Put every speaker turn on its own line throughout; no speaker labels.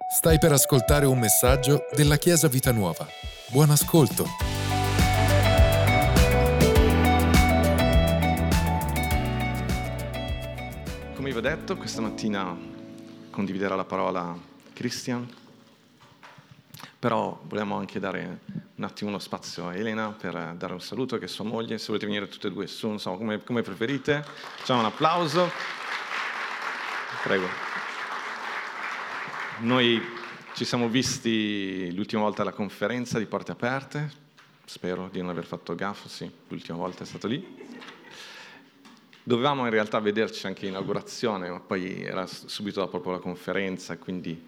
Stai per ascoltare un messaggio della Chiesa Vita Nuova. Buon ascolto.
Come vi ho detto, questa mattina condividerà la parola Christian, però vogliamo anche dare un attimo uno spazio a Elena per dare un saluto, che è sua moglie. Se volete venire tutte e due su, non so, come preferite. Facciamo un applauso. Prego. Noi ci siamo visti l'ultima volta alla conferenza di Porte Aperte, spero di non aver fatto gaffo, sì, l'ultima volta è stato lì. Dovevamo in realtà vederci anche in inaugurazione, ma poi era subito dopo la conferenza, quindi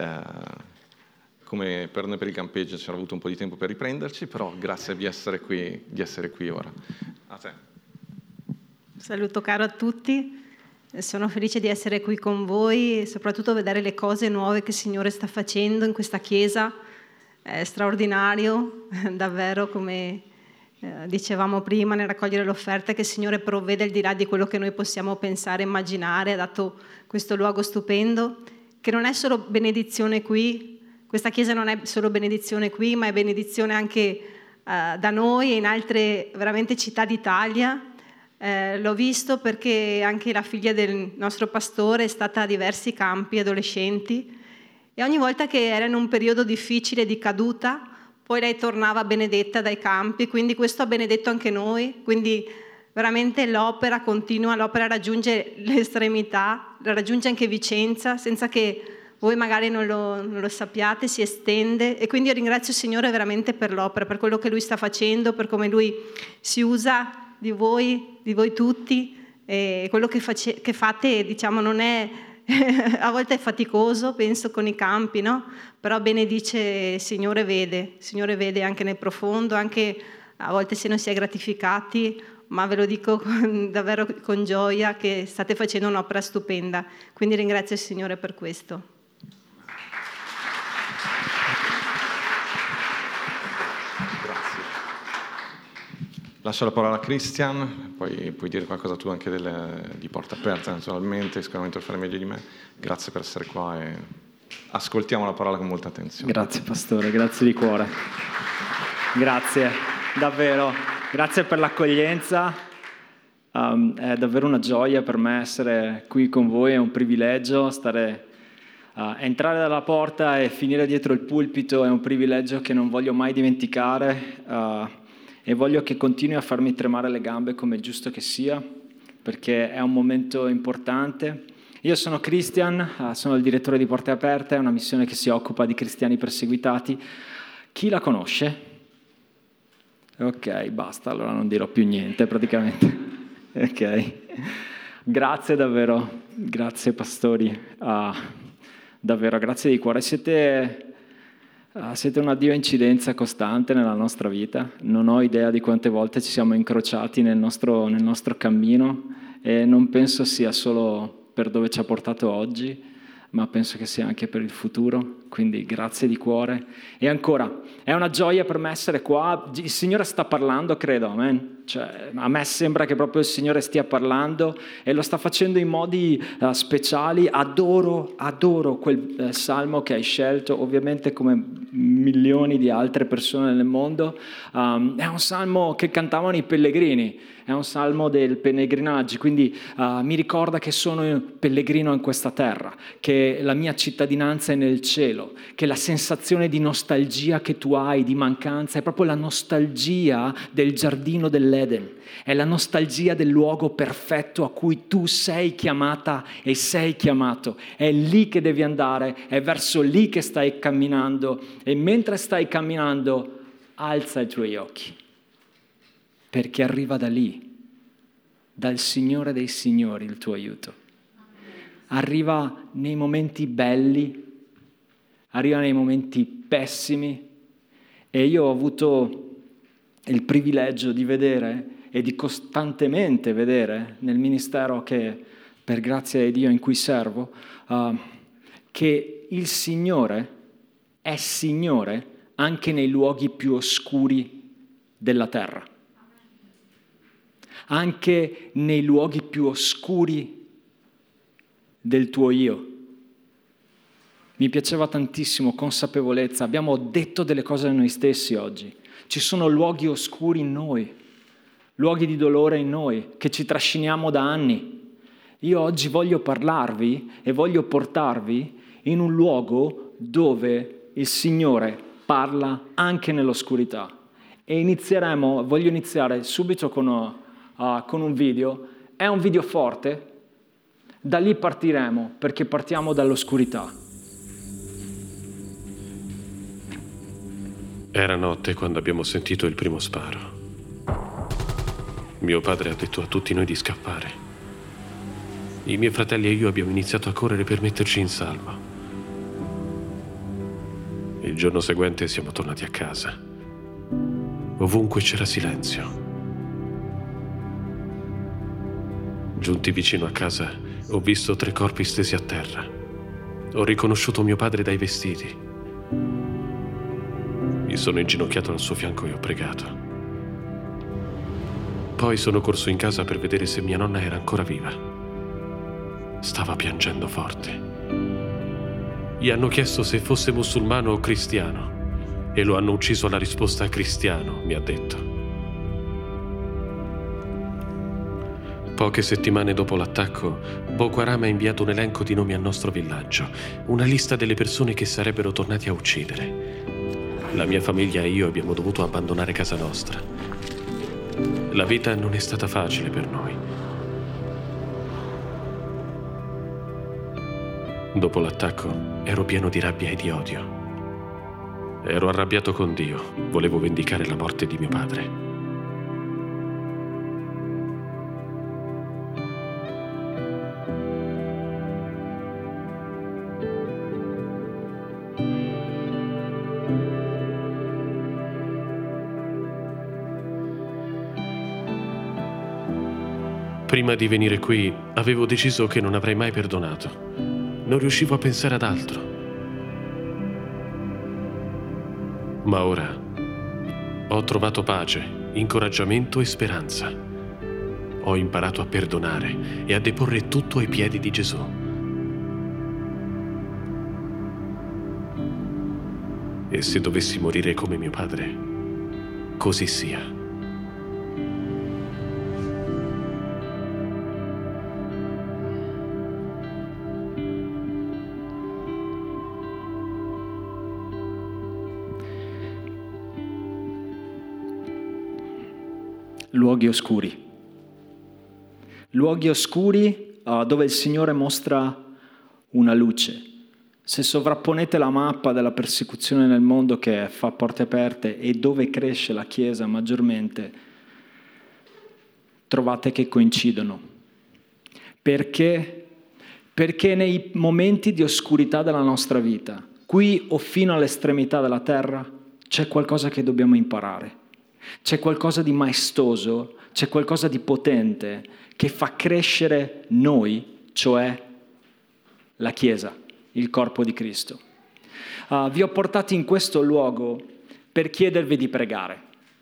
come per noi per il campeggio c'era avuto un po' di tempo per riprenderci, però grazie di essere qui ora. A te.
Saluto caro a tutti. Sono felice di essere qui con voi e soprattutto vedere le cose nuove che il Signore sta facendo in questa Chiesa. È straordinario, davvero, come dicevamo prima, nel raccogliere l'offerta, che il Signore provvede al di là di quello che noi possiamo pensare e immaginare. Ha dato questo luogo stupendo, che non è solo benedizione qui. Questa Chiesa non è solo benedizione qui, ma è benedizione anche da noi e in altre veramente città d'Italia. L'ho visto perché anche la figlia del nostro pastore è stata a diversi campi adolescenti e ogni volta che era in un periodo difficile di caduta, poi lei tornava benedetta dai campi, quindi questo ha benedetto anche noi, quindi veramente l'opera continua, l'opera raggiunge l'estremità, raggiunge anche Vicenza, senza che voi magari non lo sappiate, si estende, e quindi io ringrazio il Signore veramente per l'opera, per quello che Lui sta facendo, per come Lui si usa di voi tutti, e quello che fate, diciamo, non è a volte è faticoso, penso, con i campi, no? Però benedice, Signore vede anche nel profondo, anche a volte se non si è gratificati, ma ve lo dico davvero con gioia che state facendo un'opera stupenda, quindi ringrazio il Signore per questo.
Lascio la parola a Christian, poi puoi dire qualcosa tu anche di Porta Aperta, naturalmente, sicuramente lo farai meglio di me. Grazie per essere qua e ascoltiamo la parola con molta attenzione.
Grazie Pastore, grazie di cuore. Grazie, davvero. Grazie per l'accoglienza. È davvero una gioia per me essere qui con voi, è un privilegio entrare dalla porta e finire dietro il pulpito, è un privilegio che non voglio mai dimenticare. E voglio che continui a farmi tremare le gambe come è giusto che sia, perché è un momento importante. Io sono Christian, sono il direttore di Porte Aperte, è una missione che si occupa di cristiani perseguitati. Chi la conosce? Ok, basta, allora non dirò più niente praticamente. Ok, grazie davvero, grazie pastori, davvero grazie di cuore. Siete una Dio incidenza costante nella nostra vita. Non ho idea di quante volte ci siamo incrociati nel nostro cammino e non penso sia solo per dove ci ha portato oggi, ma penso che sia anche per il futuro. Quindi grazie di cuore. E ancora, è una gioia per me essere qua. Il Signore sta parlando, credo, amen. Cioè, a me sembra che proprio il Signore stia parlando e lo sta facendo in modi speciali. Adoro quel salmo che hai scelto, ovviamente come milioni di altre persone nel mondo. È un salmo che cantavano i pellegrini, è un salmo del pellegrinaggio, quindi mi ricorda che sono pellegrino in questa terra, che la mia cittadinanza è nel cielo, che la sensazione di nostalgia che tu hai, di mancanza, è proprio la nostalgia del giardino dell'Eden, è la nostalgia del luogo perfetto a cui tu sei chiamata e sei chiamato. È lì che devi andare, è verso lì che stai camminando, e mentre stai camminando alza i tuoi occhi, perché arriva da lì, dal Signore dei Signori, il tuo aiuto. Arriva nei momenti belli, arriva nei momenti pessimi, e io ho avuto il privilegio di vedere e di costantemente vedere nel ministero che, per grazia di Dio, in cui servo, che il Signore è Signore anche nei luoghi più oscuri della terra, anche nei luoghi più oscuri del tuo io. Mi piaceva tantissimo, consapevolezza. Abbiamo detto delle cose a noi stessi oggi. Ci sono luoghi oscuri in noi, luoghi di dolore in noi, che ci trasciniamo da anni. Io oggi voglio parlarvi e voglio portarvi in un luogo dove il Signore parla anche nell'oscurità. E voglio iniziare subito con un video. È un video forte, da lì partiremo perché partiamo dall'oscurità.
Era notte quando abbiamo sentito il primo sparo. Mio padre ha detto a tutti noi di scappare. I miei fratelli e io abbiamo iniziato a correre per metterci in salvo. Il giorno seguente siamo tornati a casa. Ovunque c'era silenzio. Giunti vicino a casa, ho visto 3 corpi stesi a terra. Ho riconosciuto mio padre dai vestiti. Mi sono inginocchiato al suo fianco e ho pregato. Poi sono corso in casa per vedere se mia nonna era ancora viva. Stava piangendo forte. Gli hanno chiesto se fosse musulmano o cristiano e lo hanno ucciso alla risposta cristiano, mi ha detto. Poche settimane dopo l'attacco, Boko Haram ha inviato un elenco di nomi al nostro villaggio, una lista delle persone che sarebbero tornati a uccidere. La mia famiglia e io abbiamo dovuto abbandonare casa nostra. La vita non è stata facile per noi. Dopo l'attacco ero pieno di rabbia e di odio. Ero arrabbiato con Dio, volevo vendicare la morte di mio padre. Prima di venire qui avevo deciso che non avrei mai perdonato. Non riuscivo a pensare ad altro. Ma ora ho trovato pace, incoraggiamento e speranza. Ho imparato a perdonare e a deporre tutto ai piedi di Gesù. E se dovessi morire come mio padre, così sia.
Luoghi oscuri. Luoghi oscuri dove il Signore mostra una luce. Se sovrapponete la mappa della persecuzione nel mondo che fa porte aperte e dove cresce la Chiesa maggiormente, trovate che coincidono. Perché? Perché nei momenti di oscurità della nostra vita, qui o fino all'estremità della terra, c'è qualcosa che dobbiamo imparare. C'è qualcosa di maestoso, c'è qualcosa di potente che fa crescere noi, cioè la Chiesa, il corpo di Cristo. Vi ho portati in questo luogo per chiedervi di pregare.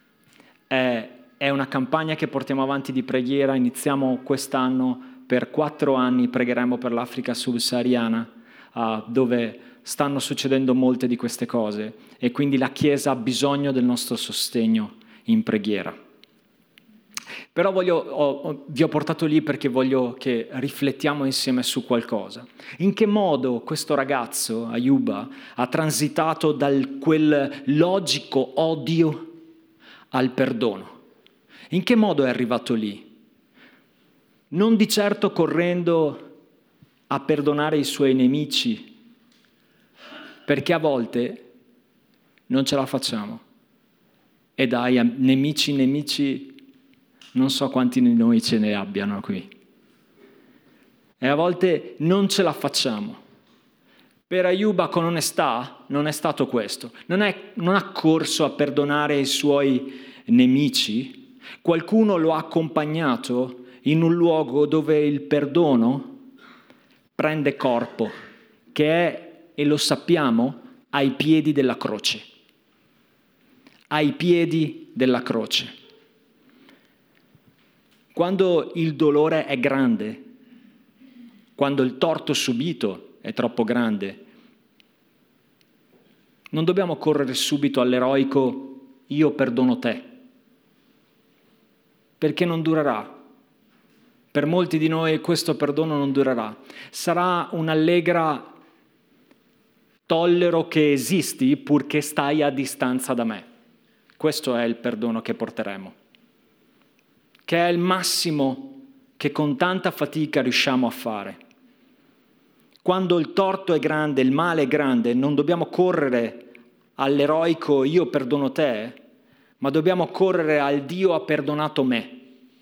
È una campagna che portiamo avanti di preghiera, iniziamo quest'anno, per 4 anni pregheremo per l'Africa subsahariana, dove stanno succedendo molte di queste cose e quindi la Chiesa ha bisogno del nostro sostegno in preghiera. Però vi ho portato lì perché voglio che riflettiamo insieme su qualcosa. In che modo questo ragazzo, Ayuba, ha transitato da quel logico odio al perdono? In che modo è arrivato lì? Non di certo correndo a perdonare i suoi nemici, perché a volte non ce la facciamo. E dai, nemici, non so quanti di noi ce ne abbiano qui. E a volte non ce la facciamo. Per Ayuba con onestà non è stato questo. Non ha corso a perdonare i suoi nemici. Qualcuno lo ha accompagnato in un luogo dove il perdono prende corpo, che è, e lo sappiamo, ai piedi della croce. Ai piedi della croce. Quando il dolore è grande, quando il torto subito è troppo grande, Non dobbiamo correre subito all'eroico io perdono te, perché non durerà. Per molti di noi questo perdono non durerà. Sarà un'allegra tollero che esisti purché stai a distanza da me. Questo è il perdono che porteremo, che è il massimo che con tanta fatica riusciamo a fare. Quando il torto è grande, il male è grande, non dobbiamo correre all'eroico io perdono te, ma dobbiamo correre al Dio ha perdonato me.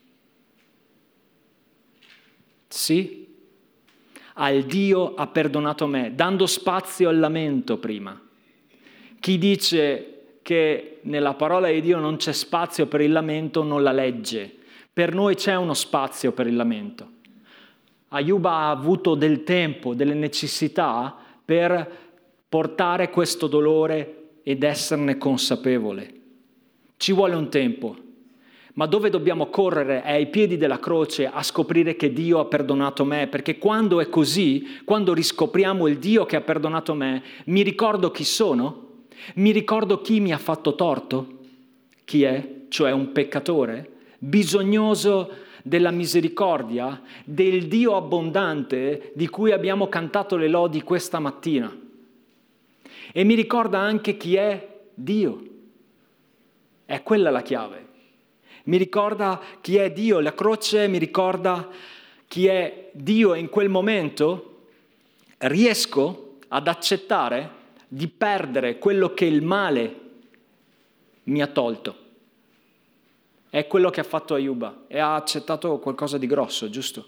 Sì? Al Dio ha perdonato me, dando spazio al lamento prima. Chi dice che nella parola di Dio non c'è spazio per il lamento non la legge. Per noi c'è uno spazio per il lamento. Ayuba ha avuto del tempo, delle necessità per portare questo dolore ed esserne consapevole. Ci vuole un tempo, ma dove dobbiamo correre è ai piedi della croce a scoprire che Dio ha perdonato me, perché quando è così, quando riscopriamo il Dio che ha perdonato me, mi ricordo chi sono, mi ricordo chi mi ha fatto torto, chi è, cioè un peccatore, bisognoso della misericordia, del Dio abbondante di cui abbiamo cantato le lodi questa mattina. E mi ricorda anche chi è Dio. È quella la chiave. Mi ricorda chi è Dio, la croce mi ricorda chi è Dio e in quel momento riesco ad accettare di perdere quello che il male mi ha tolto. È quello che ha fatto Ayuba e ha accettato qualcosa di grosso, giusto?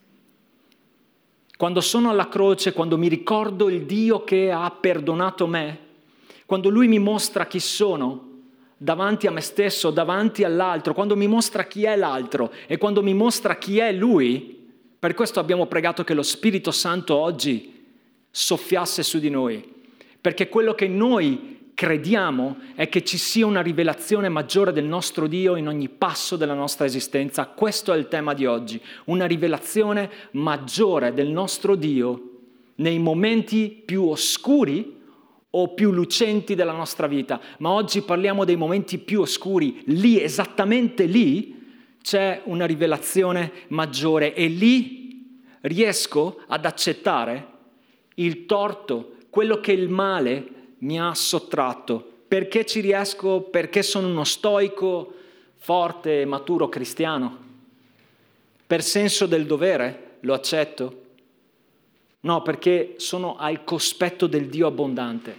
Quando sono alla croce, quando mi ricordo il Dio che ha perdonato me, quando Lui mi mostra chi sono davanti a me stesso, davanti all'altro, quando mi mostra chi è l'altro e quando mi mostra chi è Lui, per questo abbiamo pregato che lo Spirito Santo oggi soffiasse su di noi, perché quello che noi crediamo è che ci sia una rivelazione maggiore del nostro Dio in ogni passo della nostra esistenza. Questo è il tema di oggi, una rivelazione maggiore del nostro Dio nei momenti più oscuri o più lucenti della nostra vita. Ma oggi parliamo dei momenti più oscuri. Lì, esattamente lì, c'è una rivelazione maggiore e lì riesco ad accettare il torto, quello che il male mi ha sottratto. Perché ci riesco? Perché sono uno stoico, forte e maturo cristiano? Per senso del dovere lo accetto? No, perché sono al cospetto del Dio abbondante.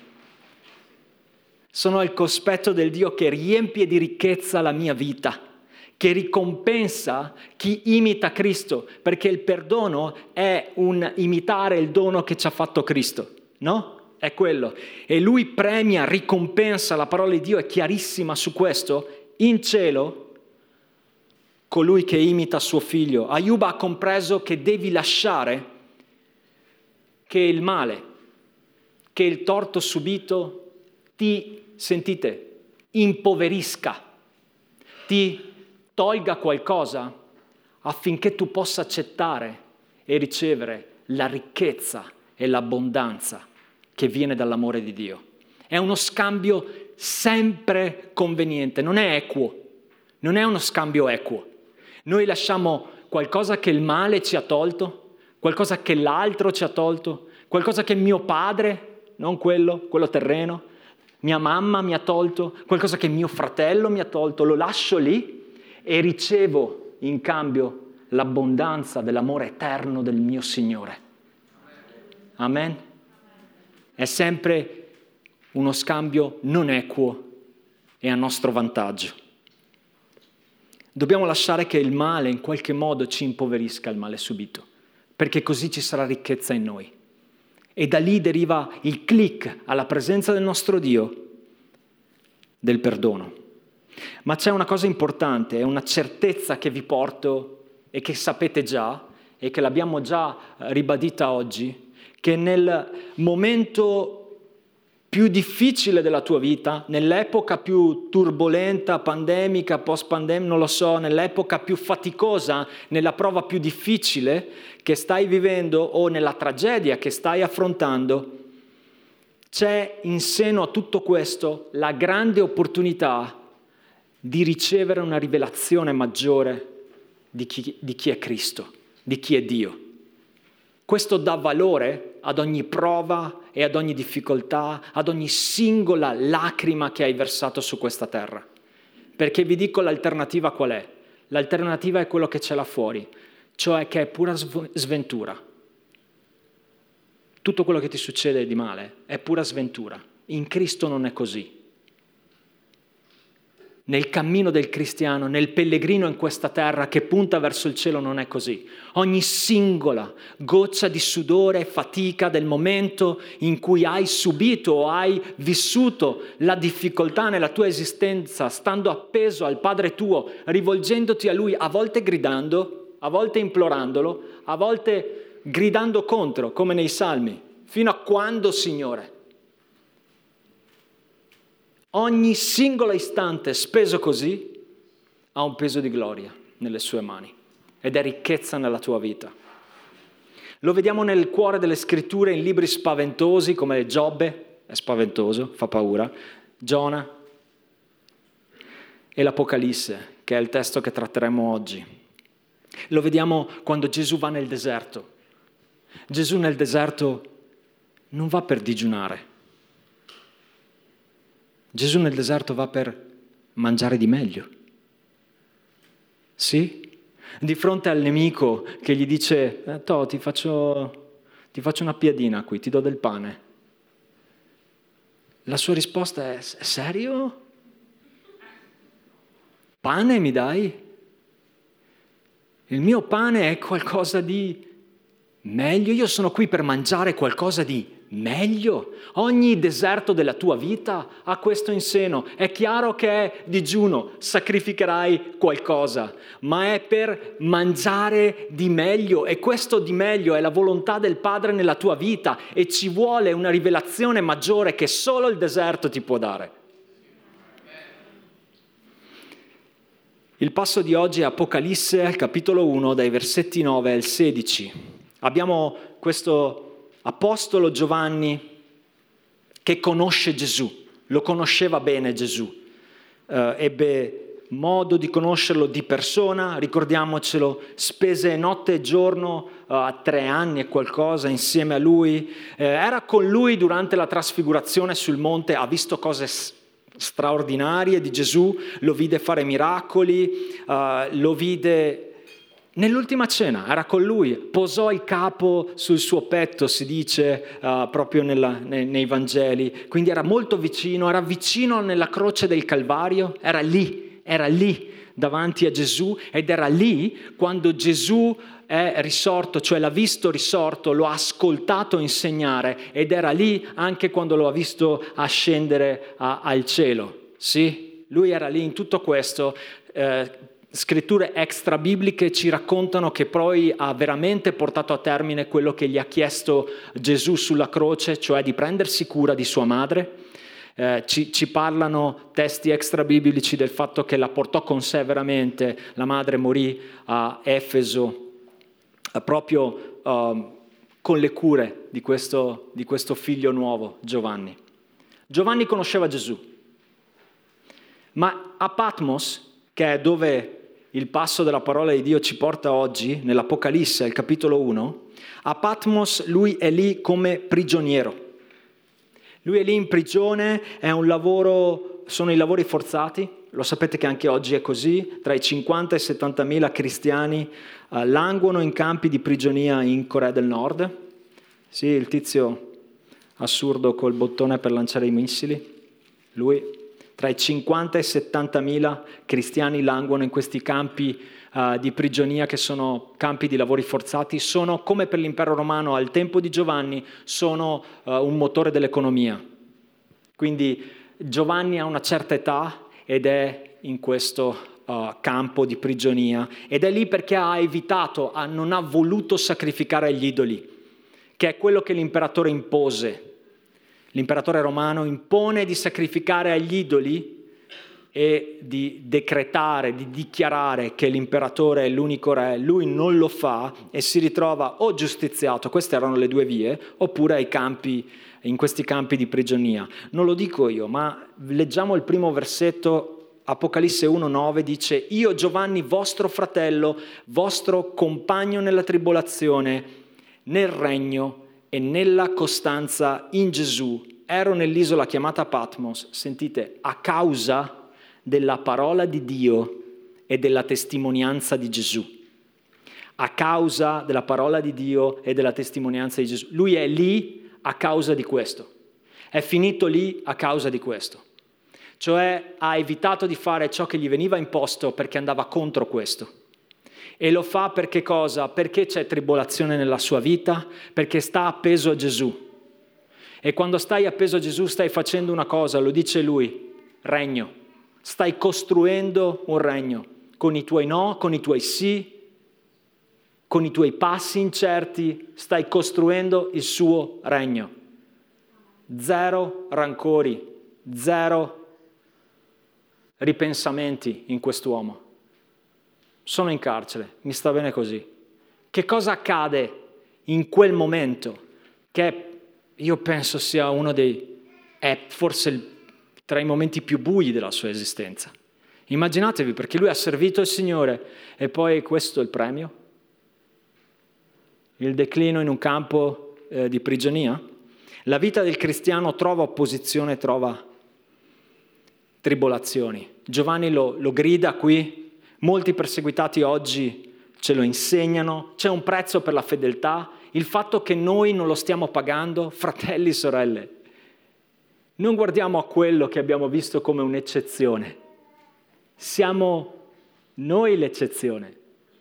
Sono al cospetto del Dio che riempie di ricchezza la mia vita, che ricompensa chi imita Cristo, perché il perdono è un imitare il dono che ci ha fatto Cristo, no? È quello. E Lui premia, ricompensa, la parola di Dio è chiarissima su questo, in cielo, colui che imita suo figlio. Ayuba ha compreso che devi lasciare che il male, che il torto subito ti, sentite, impoverisca, ti tolga qualcosa affinché tu possa accettare e ricevere la ricchezza e l'abbondanza che viene dall'amore di Dio. È uno scambio sempre conveniente, non è equo, non è uno scambio equo. Noi lasciamo qualcosa che il male ci ha tolto, qualcosa che l'altro ci ha tolto, qualcosa che mio padre, non quello terreno, mia mamma mi ha tolto, qualcosa che mio fratello mi ha tolto, lo lascio lì e ricevo in cambio l'abbondanza dell'amore eterno del mio Signore. Amen? È sempre uno scambio non equo e a nostro vantaggio. Dobbiamo lasciare che il male in qualche modo ci impoverisca il male subito, perché così ci sarà ricchezza in noi. E da lì deriva il click alla presenza del nostro Dio, del perdono. Ma c'è una cosa importante, è una certezza che vi porto e che sapete già e che l'abbiamo già ribadita oggi, che nel momento più difficile della tua vita, nell'epoca più turbolenta, pandemica, post-pandemica, non lo so, nell'epoca più faticosa, nella prova più difficile che stai vivendo o nella tragedia che stai affrontando, C'è in seno a tutto questo la grande opportunità di ricevere una rivelazione maggiore di chi è Cristo, di chi è Dio. Questo dà valore ad ogni prova e ad ogni difficoltà, ad ogni singola lacrima che hai versato su questa terra. Perché vi dico l'alternativa qual è? L'alternativa è quello che c'è là fuori, cioè che è pura sventura. Tutto quello che ti succede di male è pura sventura. In Cristo non è così. Nel cammino del cristiano, nel pellegrino in questa terra che punta verso il cielo non è così. Ogni singola goccia di sudore e fatica del momento in cui hai subito o hai vissuto la difficoltà nella tua esistenza, stando appeso al Padre tuo, rivolgendoti a Lui, a volte gridando, a volte implorandolo, a volte gridando contro, come nei Salmi. Fino a quando, Signore? Ogni singolo istante speso così ha un peso di gloria nelle sue mani ed è ricchezza nella tua vita. Lo vediamo nel cuore delle scritture in libri spaventosi come Giobbe, è spaventoso, fa paura, Giona e l'Apocalisse, che è il testo che tratteremo oggi. Lo vediamo quando Gesù va nel deserto. Gesù nel deserto non va per digiunare. Gesù nel deserto va per mangiare di meglio. Sì? Di fronte al nemico che gli dice ti faccio una piadina qui, ti do del pane. La sua risposta è: serio? Pane mi dai? Il mio pane è qualcosa di meglio? Io sono qui per mangiare qualcosa di meglio? Ogni deserto della tua vita ha questo in seno. È chiaro che è digiuno, sacrificherai qualcosa, ma è per mangiare di meglio, e questo di meglio è la volontà del Padre nella tua vita, e ci vuole una rivelazione maggiore che solo il deserto ti può dare. Il passo di oggi è Apocalisse, capitolo 1, dai versetti 9 al 16. Abbiamo questo apostolo Giovanni che conosce Gesù, lo conosceva bene Gesù, ebbe modo di conoscerlo di persona, ricordiamocelo, spese notte e giorno a 3 anni e qualcosa insieme a lui, era con lui durante la trasfigurazione sul monte, ha visto cose straordinarie di Gesù, lo vide fare miracoli, lo vide nell'ultima cena, era con lui, posò il capo sul suo petto, si dice proprio nei Vangeli, quindi era molto vicino, era vicino nella croce del Calvario, era lì davanti a Gesù, ed era lì quando Gesù è risorto, cioè l'ha visto risorto, lo ha ascoltato insegnare, ed era lì anche quando lo ha visto ascendere al cielo. Sì, lui era lì in tutto questo. Scritture extra bibliche ci raccontano che poi ha veramente portato a termine quello che gli ha chiesto Gesù sulla croce, cioè di prendersi cura di sua madre. Ci parlano testi extra biblici del fatto che la portò con sé veramente, la madre morì a Efeso proprio con le cure di questo figlio nuovo, Giovanni. Giovanni conosceva Gesù, ma a Patmos, che è dove il passo della parola di Dio ci porta oggi, nell'Apocalisse, al capitolo 1, a Patmos lui è lì come prigioniero. Lui è lì in prigione, è un lavoro, sono i lavori forzati, lo sapete che anche oggi è così, tra i 50 e i 70.000 cristiani languono in campi di prigionia in Corea del Nord. Sì, il tizio assurdo col bottone per lanciare i missili, lui. Tra i 50 e i 70.000 cristiani languono in questi campi di prigionia, che sono campi di lavori forzati, sono come per l'impero romano al tempo di Giovanni, sono un motore dell'economia. Quindi Giovanni ha una certa età ed è in questo campo di prigionia, ed è lì perché non ha voluto sacrificare agli idoli, che è quello che l'imperatore impose. L'imperatore romano impone di sacrificare agli idoli e di decretare, di dichiarare che l'imperatore è l'unico re. Lui non lo fa e si ritrova o giustiziato, queste erano le due vie, oppure ai campi
in questi campi di prigionia. Non lo dico io, ma leggiamo il primo versetto, Apocalisse 1,9 dice: io Giovanni, vostro fratello, vostro compagno nella tribolazione, nel regno e nella costanza in Gesù, ero nell'isola chiamata Patmos, sentite, a causa della parola di Dio e della testimonianza di Gesù. A causa della parola di Dio e della testimonianza di Gesù. Lui è lì a causa di questo. È finito lì a causa di questo. Cioè ha evitato di fare ciò che gli veniva imposto perché andava contro questo. E lo fa perché cosa? Perché c'è tribolazione nella sua vita, perché sta appeso a Gesù. E quando stai appeso a Gesù stai facendo una cosa, lo dice lui, regno. Stai costruendo un regno, con i tuoi no, con i tuoi sì, con i tuoi passi incerti, stai costruendo il suo regno. 0 rancori, 0 ripensamenti in quest'uomo. Sono in carcere, mi sta bene così. Che cosa accade in quel momento? Che io penso sia è forse tra i momenti più bui della sua esistenza. Immaginatevi, perché lui ha servito il Signore e poi questo è il premio? Il declino in un campo di prigionia? La vita del cristiano trova opposizione, trova tribolazioni. Giovanni lo grida qui, molti perseguitati oggi ce lo insegnano, c'è un prezzo per la fedeltà, il fatto che noi non lo stiamo pagando, fratelli e sorelle, non guardiamo a quello che abbiamo visto come un'eccezione, siamo noi l'eccezione,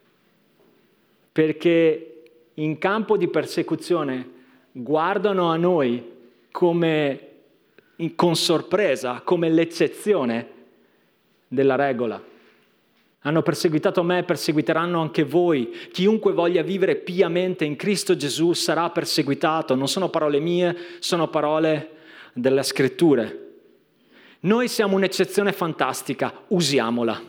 perché in campo di persecuzione guardano a noi come con sorpresa, come l'eccezione della regola. Hanno perseguitato me, perseguiteranno anche voi. Chiunque voglia vivere piamente in Cristo Gesù sarà perseguitato. Non sono parole mie, sono parole delle Scritture. Noi siamo un'eccezione fantastica, usiamola.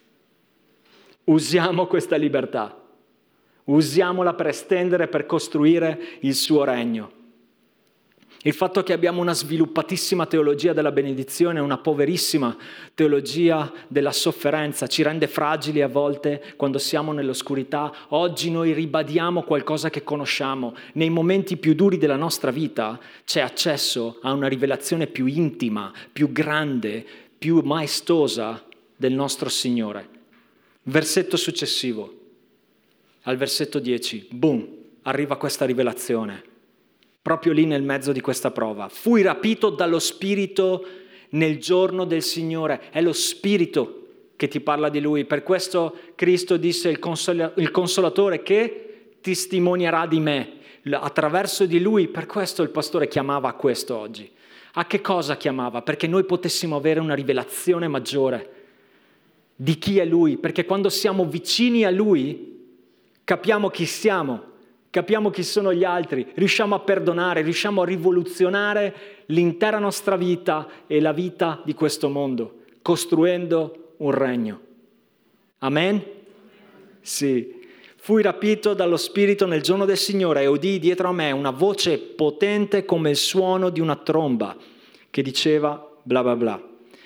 Usiamo questa libertà. Usiamola per estendere, per costruire il suo regno. Il fatto che abbiamo una sviluppatissima teologia della benedizione, una poverissima teologia della sofferenza, ci rende fragili a volte quando siamo nell'oscurità. Oggi noi ribadiamo qualcosa che conosciamo. Nei momenti più duri della nostra vita c'è accesso a una rivelazione più intima, più grande, più maestosa del nostro Signore. Versetto successivo, al versetto 10, boom, arriva questa rivelazione. Proprio lì nel mezzo di questa prova. Fui rapito dallo Spirito nel giorno del Signore. È lo Spirito che ti parla di Lui. Per questo Cristo disse il Consolatore che testimonierà di me. Attraverso di Lui, per questo il pastore chiamava a questo oggi. A che cosa chiamava? Perché noi potessimo avere una rivelazione maggiore di chi è Lui. Perché quando siamo vicini a Lui capiamo chi siamo. Capiamo chi sono gli altri, riusciamo a perdonare, riusciamo a rivoluzionare l'intera nostra vita e la vita di questo mondo, costruendo un regno. Amen? Sì. Fui rapito dallo Spirito nel giorno del Signore e udii dietro a me una voce potente come il suono di una tromba che diceva bla bla bla.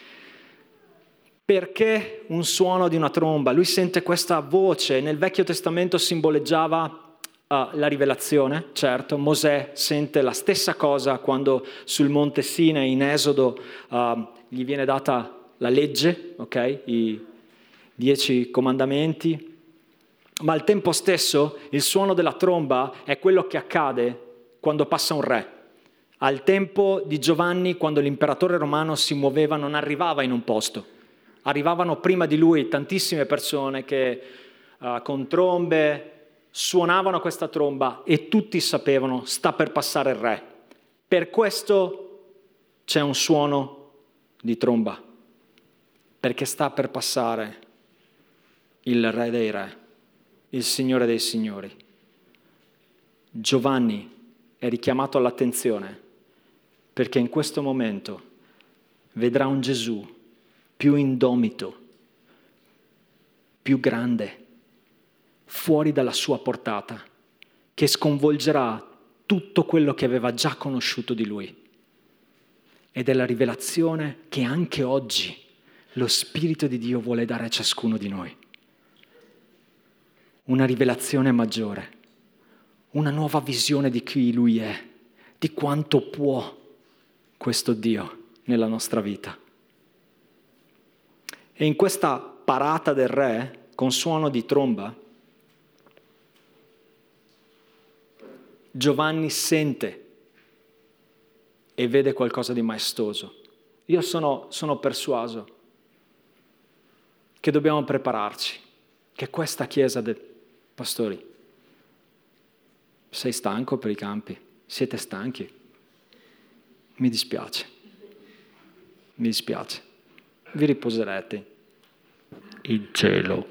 Perché un suono di una tromba? Lui sente questa voce, nel Vecchio Testamento simboleggiava la rivelazione, certo. Mosè sente la stessa cosa quando sul monte Sinai in Esodo gli viene data la legge, ok? I 10 comandamenti, ma al tempo stesso il suono della tromba è quello che accade quando passa un re. Al tempo di Giovanni, quando l'imperatore romano si muoveva, non arrivava in un posto, arrivavano prima di lui tantissime persone che con trombe suonavano questa tromba e tutti sapevano sta per passare il re. Per questo c'è un suono di tromba, perché sta per passare il re dei re, il Signore dei signori. Giovanni è richiamato all'attenzione perché in questo momento vedrà un Gesù più indomito, più grande, fuori dalla sua portata, che sconvolgerà tutto quello che aveva già conosciuto di lui. Ed è la rivelazione che anche oggi lo Spirito di Dio vuole dare a ciascuno di noi. Una rivelazione maggiore, una nuova visione di chi Lui è, di quanto può questo Dio nella nostra vita. E in questa parata del re, con suono di tromba, Giovanni sente e vede qualcosa di maestoso. Io sono persuaso che dobbiamo prepararci, che questa chiesa pastori, sei stanco per i campi? Siete stanchi? Mi dispiace. Vi riposerete in cielo.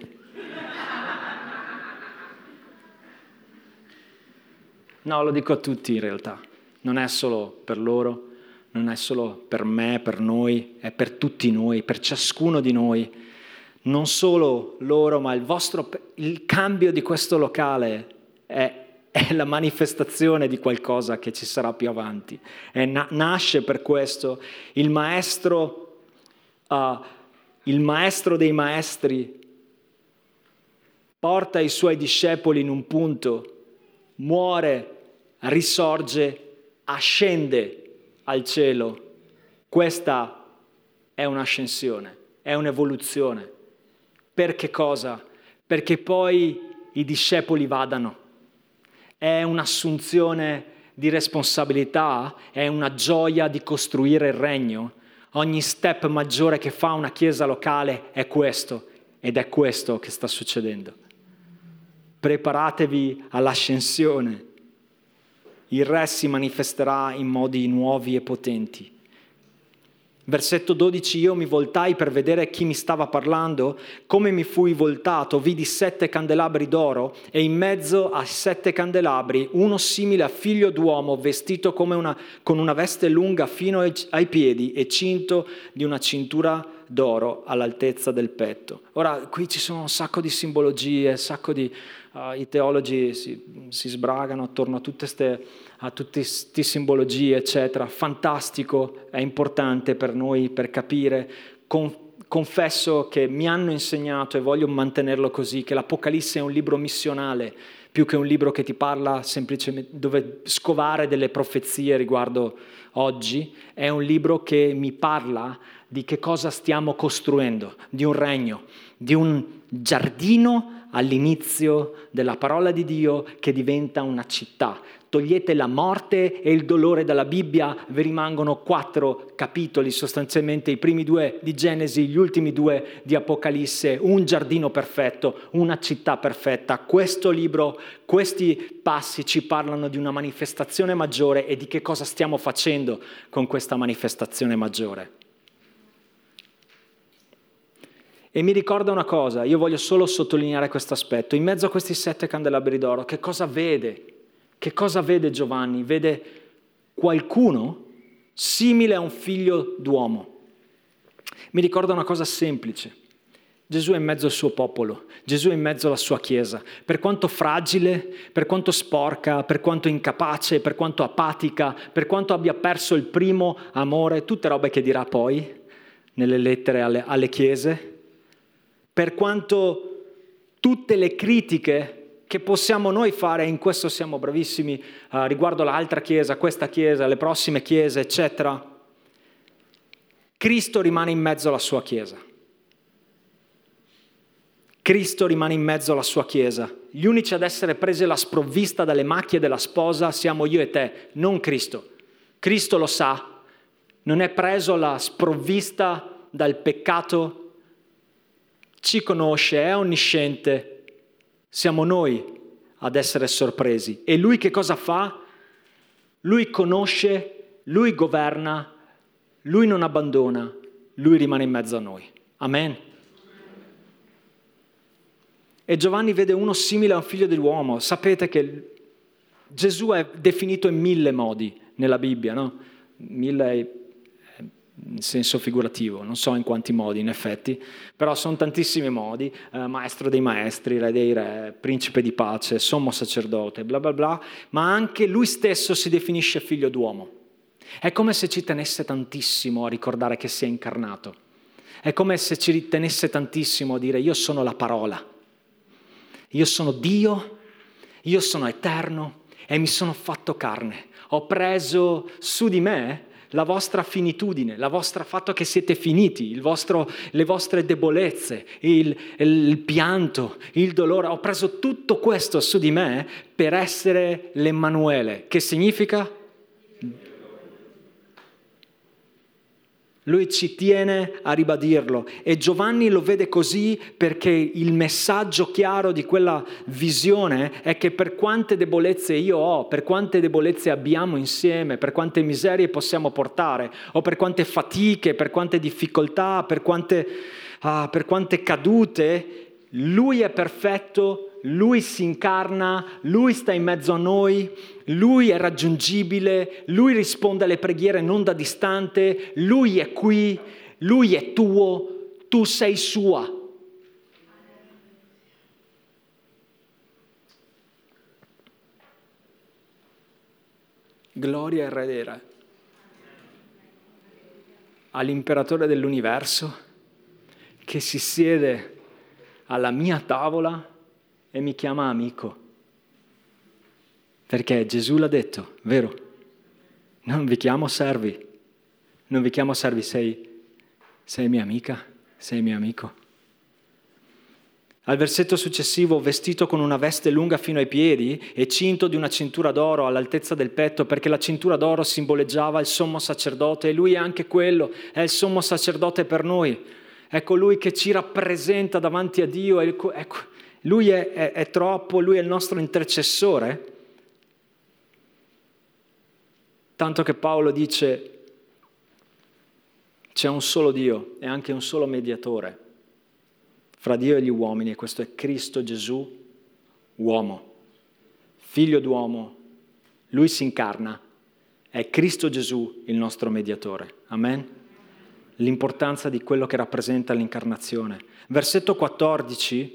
No, lo dico a tutti in realtà. Non è solo per loro, non è solo per me, per noi, è per tutti noi, per ciascuno di noi. Non solo loro, ma il cambio di questo locale è la manifestazione di qualcosa che ci sarà più avanti. Nasce per questo. Il maestro dei maestri porta i suoi discepoli in un punto, muore, risorge, ascende al cielo. Questa è un'ascensione, è un'evoluzione. Per che cosa? Perché poi i discepoli vadano. È un'assunzione di responsabilità, è una gioia di costruire il regno. Ogni step maggiore che fa una chiesa locale è questo, ed è questo che sta succedendo. Preparatevi all'ascensione. Il Re si manifesterà in modi nuovi e potenti. Versetto 12, io mi voltai per vedere chi mi stava parlando, come mi fui voltato, vidi 7 candelabri d'oro e in mezzo a 7 candelabri uno simile a figlio d'uomo vestito con una veste lunga fino ai piedi e cinto di una cintura d'oro all'altezza del petto. Ora, qui ci sono un sacco di simbologie, i teologi si sbragano attorno a tutte queste simbologie, eccetera. Fantastico, è importante per noi per capire. Confesso che mi hanno insegnato, e voglio mantenerlo così, che l'Apocalisse è un libro missionale, più che un libro che ti parla semplicemente, dove scovare delle profezie riguardo oggi. È un libro che mi parla di che cosa stiamo costruendo, di un regno, di un giardino all'inizio della parola di Dio che diventa una città. Togliete la morte e il dolore dalla Bibbia, vi rimangono 4 capitoli, sostanzialmente i primi 2 di Genesi, gli ultimi 2 di Apocalisse, un giardino perfetto, una città perfetta. Questo libro, questi passi ci parlano di una manifestazione maggiore e di che cosa stiamo facendo con questa manifestazione maggiore. E mi ricorda una cosa, io voglio solo sottolineare questo aspetto. In mezzo a questi 7 candelabri d'oro, che cosa vede? Che cosa vede Giovanni? Vede qualcuno simile a un figlio d'uomo. Mi ricorda una cosa semplice. Gesù è in mezzo al suo popolo, Gesù è in mezzo alla sua chiesa. Per quanto fragile, per quanto sporca, per quanto incapace, per quanto apatica, per quanto abbia perso il primo amore, tutte robe che dirà poi nelle lettere alle chiese, per quanto tutte le critiche che possiamo noi fare, in questo siamo bravissimi, riguardo l'altra chiesa, questa chiesa, le prossime chiese, eccetera, Cristo rimane in mezzo alla sua chiesa. Cristo rimane in mezzo alla sua chiesa. Gli unici ad essere presi alla sprovvista dalle macchie della sposa siamo io e te, non Cristo. Cristo lo sa, non è preso alla sprovvista dal peccato, ci conosce, è onnisciente, siamo noi ad essere sorpresi. E lui che cosa fa? Lui conosce, lui governa, lui non abbandona, lui rimane in mezzo a noi. Amen. E Giovanni vede uno simile a un figlio dell'uomo. Sapete che Gesù è definito in 1000 modi nella Bibbia, no? 1000 in senso figurativo, non so in quanti modi in effetti, però sono tantissimi modi, maestro dei maestri, re dei re, principe di pace, sommo sacerdote, bla bla bla, ma anche lui stesso si definisce figlio d'uomo. È come se ci tenesse tantissimo a ricordare che si è incarnato, è come se ci tenesse tantissimo a dire io sono la parola, io sono Dio, io sono eterno e mi sono fatto carne, ho preso su di me la vostra finitudine, il vostro fatto che siete finiti, le vostre debolezze, il pianto, il dolore. Ho preso tutto questo su di me per essere l'Emmanuele. Che significa? Lui ci tiene a ribadirlo e Giovanni lo vede così perché il messaggio chiaro di quella visione è che per quante debolezze io ho, per quante debolezze abbiamo insieme, per quante miserie possiamo portare, o per quante fatiche, per quante difficoltà, per quante cadute, lui è perfetto, lui si incarna, lui sta in mezzo a noi, lui è raggiungibile, lui risponde alle preghiere non da distante, lui è qui, lui è tuo, tu sei sua. Gloria al Re dei Re, all'imperatore dell'universo che si siede alla mia tavola e mi chiama amico. Perché Gesù l'ha detto, vero? Non vi chiamo servi, non vi chiamo servi, sei mia amica, sei mio amico. Al versetto successivo, vestito con una veste lunga fino ai piedi e cinto di una cintura d'oro all'altezza del petto, perché la cintura d'oro simboleggiava il sommo sacerdote e lui è anche quello, è il sommo sacerdote per noi. È colui che ci rappresenta davanti a Dio, lui è troppo, lui è il nostro intercessore. Tanto che Paolo dice, c'è un solo Dio e anche un solo mediatore fra Dio e gli uomini, e questo è Cristo Gesù, uomo, figlio d'uomo, lui si incarna, è Cristo Gesù il nostro mediatore. Amen? L'importanza di quello che rappresenta l'incarnazione. Versetto 14,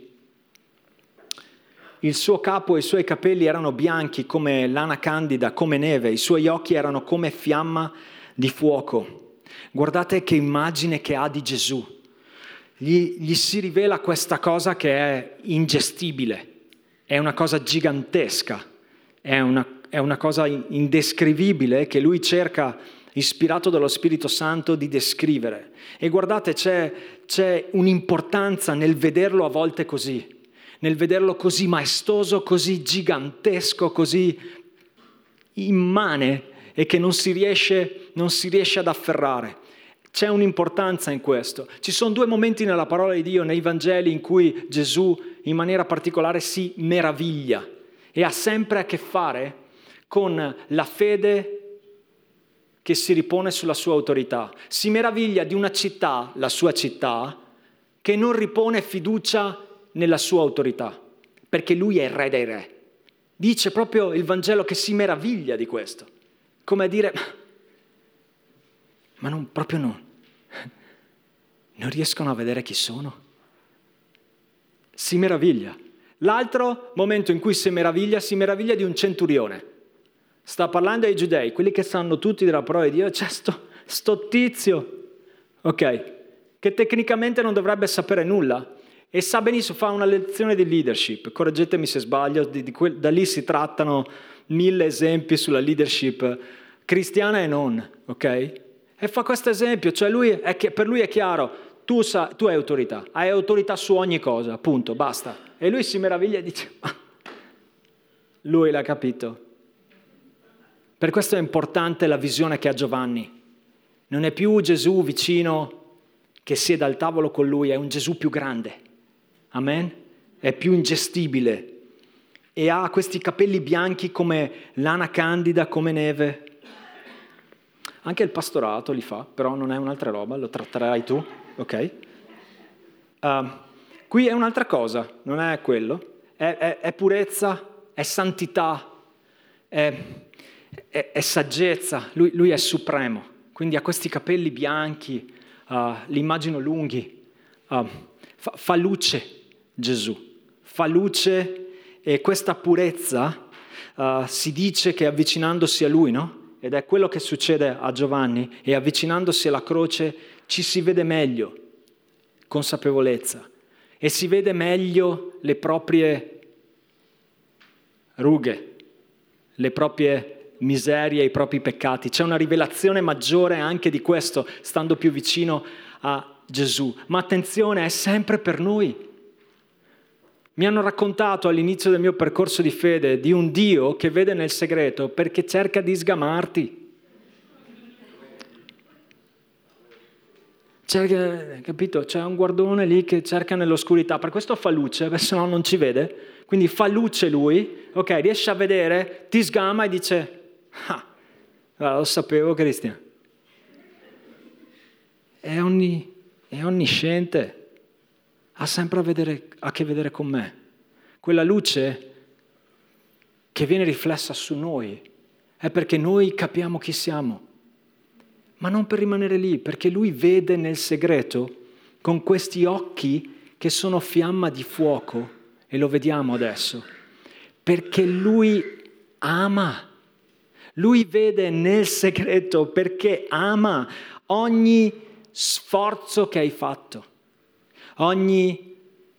il suo capo e i suoi capelli erano bianchi come lana candida, come neve, i suoi occhi erano come fiamma di fuoco. Guardate che immagine che ha di Gesù. Gli si rivela questa cosa che è ingestibile, è una cosa gigantesca, è una cosa indescrivibile che lui cerca, ispirato dallo Spirito Santo, di descrivere. E guardate, c'è un'importanza nel vederlo a volte così, nel vederlo così maestoso, così gigantesco, così immane e che non si riesce ad afferrare. C'è un'importanza in questo. Ci sono due momenti nella parola di Dio, nei Vangeli, in cui Gesù in maniera particolare si meraviglia e ha sempre a che fare con la fede che si ripone sulla sua autorità. Si meraviglia di una città, la sua città, che non ripone fiducia nella sua autorità, perché lui è il Re dei Re. Dice proprio il Vangelo che si meraviglia di questo, come a dire, ma non riescono a vedere chi sono. Si meraviglia. L'altro momento in cui si meraviglia di un centurione. Sta parlando ai giudei, quelli che sanno tutti della parola di Dio, c'è sto tizio, ok, che tecnicamente non dovrebbe sapere nulla, e sa benissimo, fa una lezione di leadership, correggetemi se sbaglio, da lì si trattano 1000 esempi sulla leadership cristiana e non, ok? E fa questo esempio, cioè per lui è chiaro, tu hai autorità su ogni cosa, punto, basta. E lui si meraviglia e dice, lui l'ha capito. Per questo è importante la visione che ha Giovanni. Non è più Gesù vicino che siede al tavolo con lui, è un Gesù più grande. Amen? È più ingestibile e ha questi capelli bianchi come lana candida, come neve. Anche il pastorato li fa, però non è un'altra roba, lo tratterai tu, ok? Qui è un'altra cosa, non è quello, è purezza, è santità, è saggezza, lui è supremo. quindi ha questi capelli bianchi, li immagino lunghi, fa luce Gesù, fa luce, e questa purezza si dice che avvicinandosi a Lui, no? Ed è quello che succede a Giovanni, e avvicinandosi alla croce ci si vede meglio, consapevolezza, e si vede meglio le proprie rughe, le proprie miserie, i propri peccati. C'è una rivelazione maggiore anche di questo, stando più vicino a Gesù. Ma attenzione, è sempre per noi. Mi hanno raccontato all'inizio del mio percorso di fede di un Dio che vede nel segreto perché cerca di sgamarti. Capito? C'è un guardone lì che cerca nell'oscurità, per questo fa luce, se no non ci vede. Quindi fa luce lui, ok, riesce a vedere, ti sgama e dice, lo sapevo, Cristian. È onnisciente, ha sempre a che vedere con me. Quella luce che viene riflessa su noi è perché noi capiamo chi siamo, ma non per rimanere lì, perché lui vede nel segreto con questi occhi che sono fiamma di fuoco, e lo vediamo adesso, perché lui ama. Lui vede nel segreto perché ama ogni sforzo che hai fatto, ogni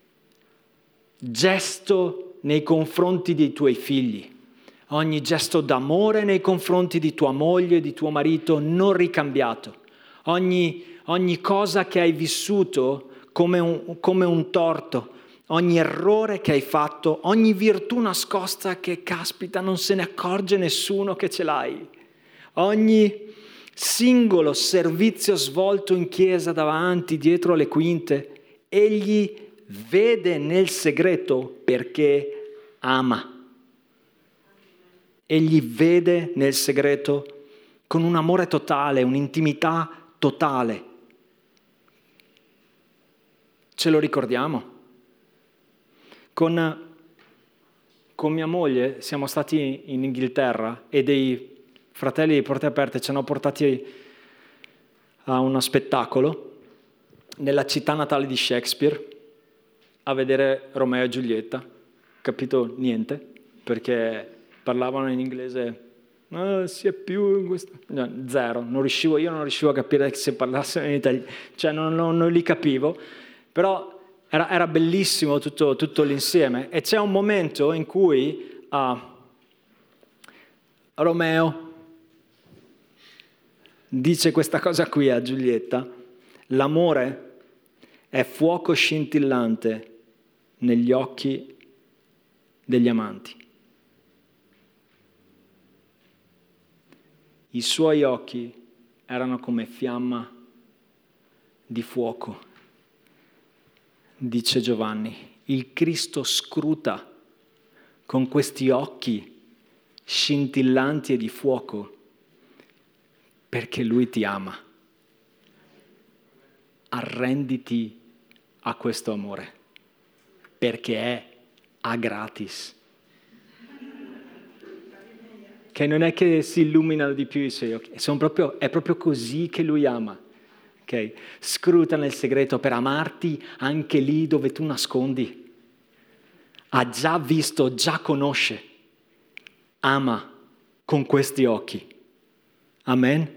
gesto nei confronti dei tuoi figli, ogni gesto d'amore nei confronti di tua moglie, di tuo marito, non ricambiato, ogni cosa che hai vissuto come un torto, ogni errore che hai fatto, ogni virtù nascosta che, caspita, non se ne accorge nessuno che ce l'hai, ogni singolo servizio svolto in chiesa davanti, dietro le quinte, egli vede nel segreto perché ama. Egli vede nel segreto con un amore totale, un'intimità totale. Ce lo ricordiamo? Con mia moglie siamo stati in Inghilterra e dei fratelli di Porte Aperte ci hanno portati a uno spettacolo nella città natale di Shakespeare a vedere Romeo e Giulietta. Capito niente, perché parlavano in inglese, si è più in questo... No, zero, io non riuscivo a capire se parlassero in italiano, cioè non li capivo, però era bellissimo tutto l'insieme. E c'è un momento in cui Romeo dice questa cosa qui a Giulietta: l'amore è fuoco scintillante negli occhi degli amanti. I suoi occhi erano come fiamma di fuoco, dice Giovanni. Il Cristo scruta con questi occhi scintillanti e di fuoco perché Lui ti ama. Arrenditi a questo amore, perché è a gratis. Che non è che si illuminano di più i suoi occhi, è proprio così che Lui ama. Okay? Scruta nel segreto per amarti anche lì dove tu nascondi. Ha già visto, già conosce. Ama con questi occhi. Amen?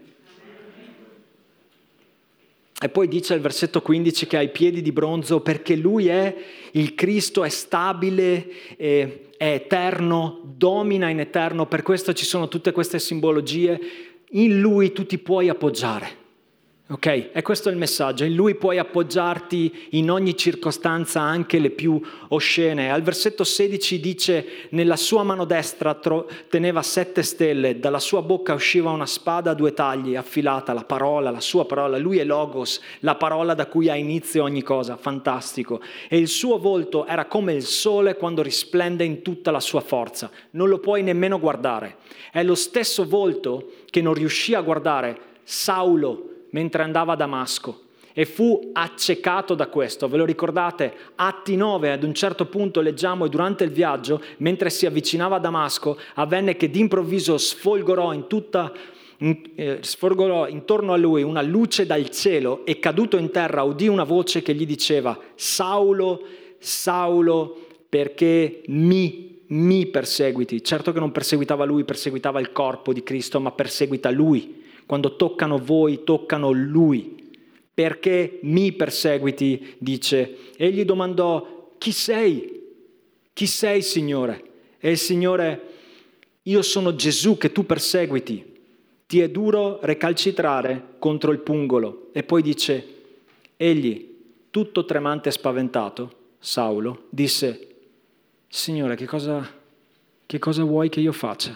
E poi dice al versetto 15 che ha i piedi di bronzo perché Lui è il Cristo, è stabile, è eterno, domina in eterno. Per questo ci sono tutte queste simbologie. In Lui tu ti puoi appoggiare. Ok? E questo è il messaggio. In Lui puoi appoggiarti in ogni circostanza, anche le più oscene. Al versetto 16 dice: nella sua mano destra teneva 7 stelle, dalla sua bocca usciva una spada a 2 tagli, affilata, la parola, la sua parola. Lui è Logos, la parola da cui ha inizio ogni cosa. Fantastico. E il suo volto era come il sole quando risplende in tutta la sua forza. Non lo puoi nemmeno guardare. È lo stesso volto che non riuscì a guardare Saulo mentre andava a Damasco, e fu accecato da questo. Ve lo ricordate? Atti 9, ad un certo punto leggiamo: e durante il viaggio, mentre si avvicinava a Damasco, avvenne che d'improvviso sfolgorò in tutta sfolgorò intorno a lui una luce dal cielo e caduto in terra udì una voce che gli diceva: Saulo, Saulo, perché mi perseguiti? Certo che non perseguitava lui, perseguitava il corpo di Cristo, ma perseguita lui. Quando toccano voi, toccano lui. Perché mi perseguiti? Dice. E gli domandò: chi sei? Chi sei, Signore? E il Signore: io sono Gesù che tu perseguiti. Ti è duro recalcitrare contro il pungolo. E poi dice: egli, tutto tremante e spaventato, Saulo, disse: Signore, che cosa vuoi che io faccia?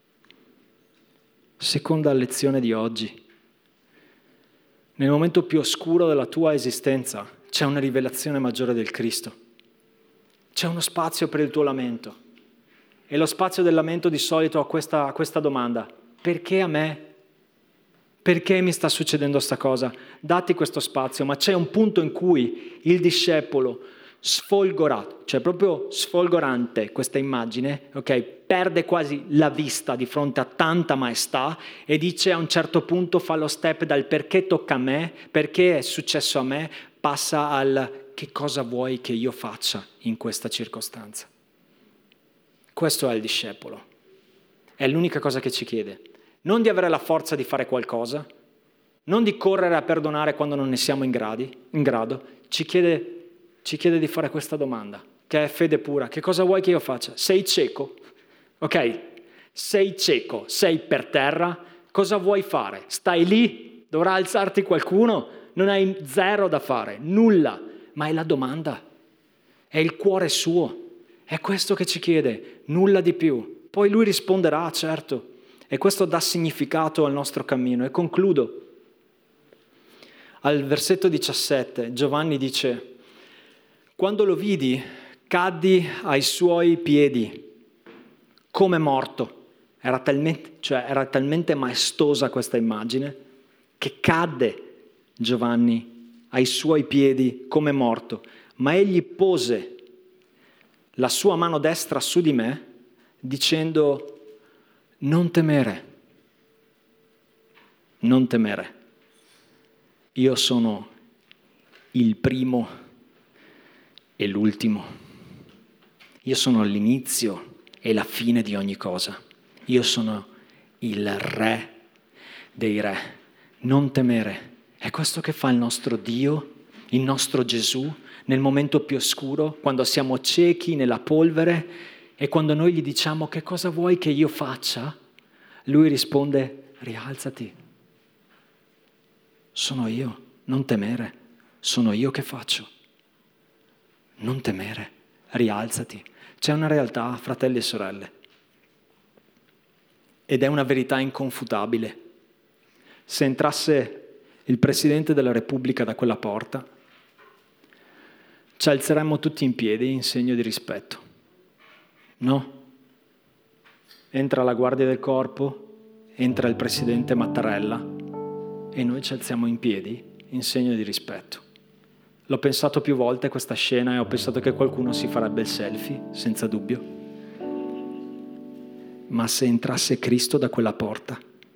Seconda lezione di oggi. Nel momento più oscuro della tua esistenza c'è una rivelazione maggiore del Cristo. C'è uno spazio per il tuo lamento. E lo spazio del lamento di solito ha questa domanda: perché a me? Perché mi sta succedendo sta cosa? Datti questo spazio, ma c'è un punto in cui il discepolo sfolgorato, cioè proprio sfolgorante questa immagine, ok? Perde quasi la vista di fronte a tanta maestà e dice a un certo punto, fa lo step dal perché tocca a me, perché è successo a me, passa al che cosa vuoi che io faccia in questa circostanza. Questo è il discepolo. È l'unica cosa che ci chiede. Non di avere la forza di fare qualcosa, non di correre a perdonare quando non ne siamo in grado, ci chiede di fare questa domanda, che è fede pura. Che cosa vuoi che io faccia? Sei cieco? Ok, sei cieco, sei per terra, cosa vuoi fare? Stai lì? Dovrà alzarti qualcuno? Non hai zero da fare, nulla, ma è la domanda, è il cuore suo, è questo che ci chiede, nulla di più. Poi lui risponderà, certo, e questo dà significato al nostro cammino. E concludo. Al versetto 17 Giovanni dice: quando lo vidi, caddi ai suoi piedi come morto. Era talmente maestosa questa immagine che cadde Giovanni ai suoi piedi come morto. Ma egli pose la sua mano destra su di me, dicendo: non temere, non temere. Io sono il primo e l'ultimo. Io sono l'inizio e la fine di ogni cosa. Io sono il re dei re. Non temere. È questo che fa il nostro Dio, il nostro Gesù, nel momento più oscuro, quando siamo ciechi nella polvere e quando noi gli diciamo: che cosa vuoi che io faccia? Lui risponde: rialzati. Sono io, non temere. Sono io che faccio. Non temere, rialzati. C'è una realtà, fratelli e sorelle, ed è una verità inconfutabile. Se entrasse il Presidente della Repubblica da quella porta, ci alzeremmo tutti in piedi in segno di rispetto. No? Entra la Guardia del Corpo, entra il Presidente Mattarella e noi ci alziamo in piedi in segno di rispetto. L'ho pensato più volte questa scena e ho pensato che qualcuno si farebbe il selfie, senza dubbio. Ma se entrasse Cristo da quella porta,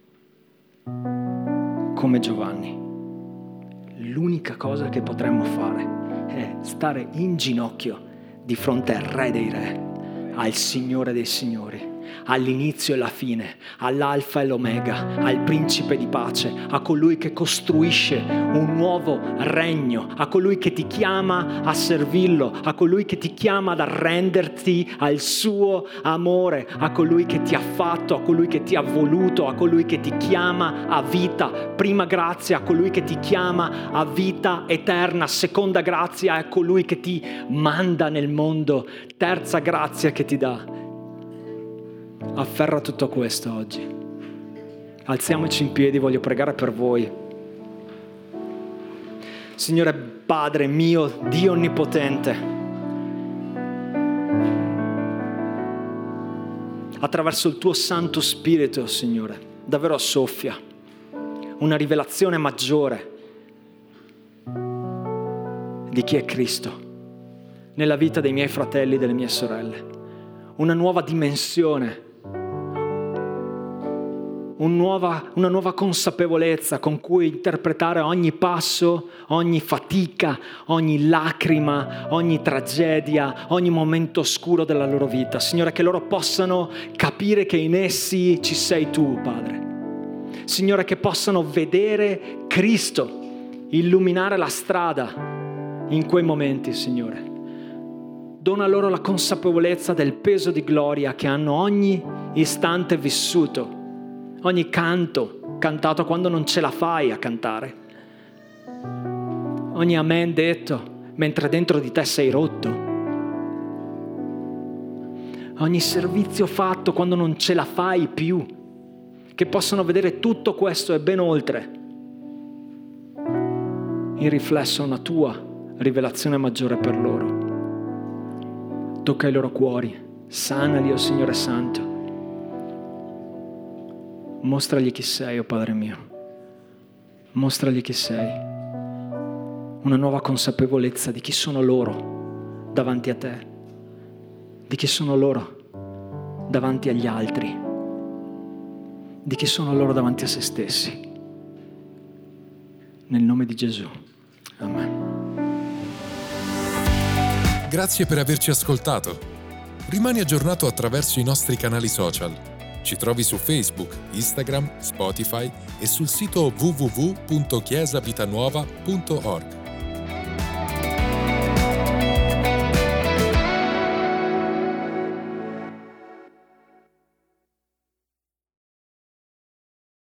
come Giovanni, l'unica cosa che potremmo fare è stare in ginocchio di fronte al Re dei Re, al Signore dei Signori, all'inizio e alla fine, all'alfa e l'omega, al principe di pace, a colui che costruisce un nuovo regno, a colui che ti chiama a servirlo, a colui che ti chiama ad arrenderti al suo amore, a colui che ti ha fatto, a colui che ti ha voluto, a colui che ti chiama a vita, prima grazia, a colui che ti chiama a vita eterna, seconda grazia, a colui che ti manda nel mondo, terza grazia che ti dà. Afferra tutto questo oggi. Alziamoci in piedi, voglio pregare per voi. Signore Padre mio, Dio onnipotente, attraverso il tuo Santo Spirito, Signore, davvero soffia una rivelazione maggiore di chi è Cristo nella vita dei miei fratelli e delle mie sorelle, una nuova dimensione una nuova consapevolezza con cui interpretare ogni passo, ogni fatica, ogni lacrima, ogni tragedia, ogni momento oscuro della loro vita. Signore, che loro possano capire che in essi ci sei tu, Padre. Signore, che possano vedere Cristo illuminare la strada in quei momenti, Signore. Dona loro la consapevolezza del peso di gloria che hanno ogni istante vissuto, ogni canto cantato quando non ce la fai a cantare, ogni amen detto mentre dentro di te sei rotto, ogni servizio fatto quando non ce la fai più, che possano vedere tutto questo e ben oltre, in riflesso a una tua rivelazione maggiore per loro. Tocca i loro cuori, sanali, oh Signore Santo. Mostragli chi sei, oh Padre mio. Mostragli chi sei. Una nuova consapevolezza di chi sono loro davanti a te, di chi sono loro davanti agli altri, di chi sono loro davanti a se stessi. Nel nome di Gesù. Amen.
Grazie per averci ascoltato. Rimani aggiornato attraverso i nostri canali social. Ci trovi su Facebook, Instagram, Spotify e sul sito www.chiesavitanuova.org.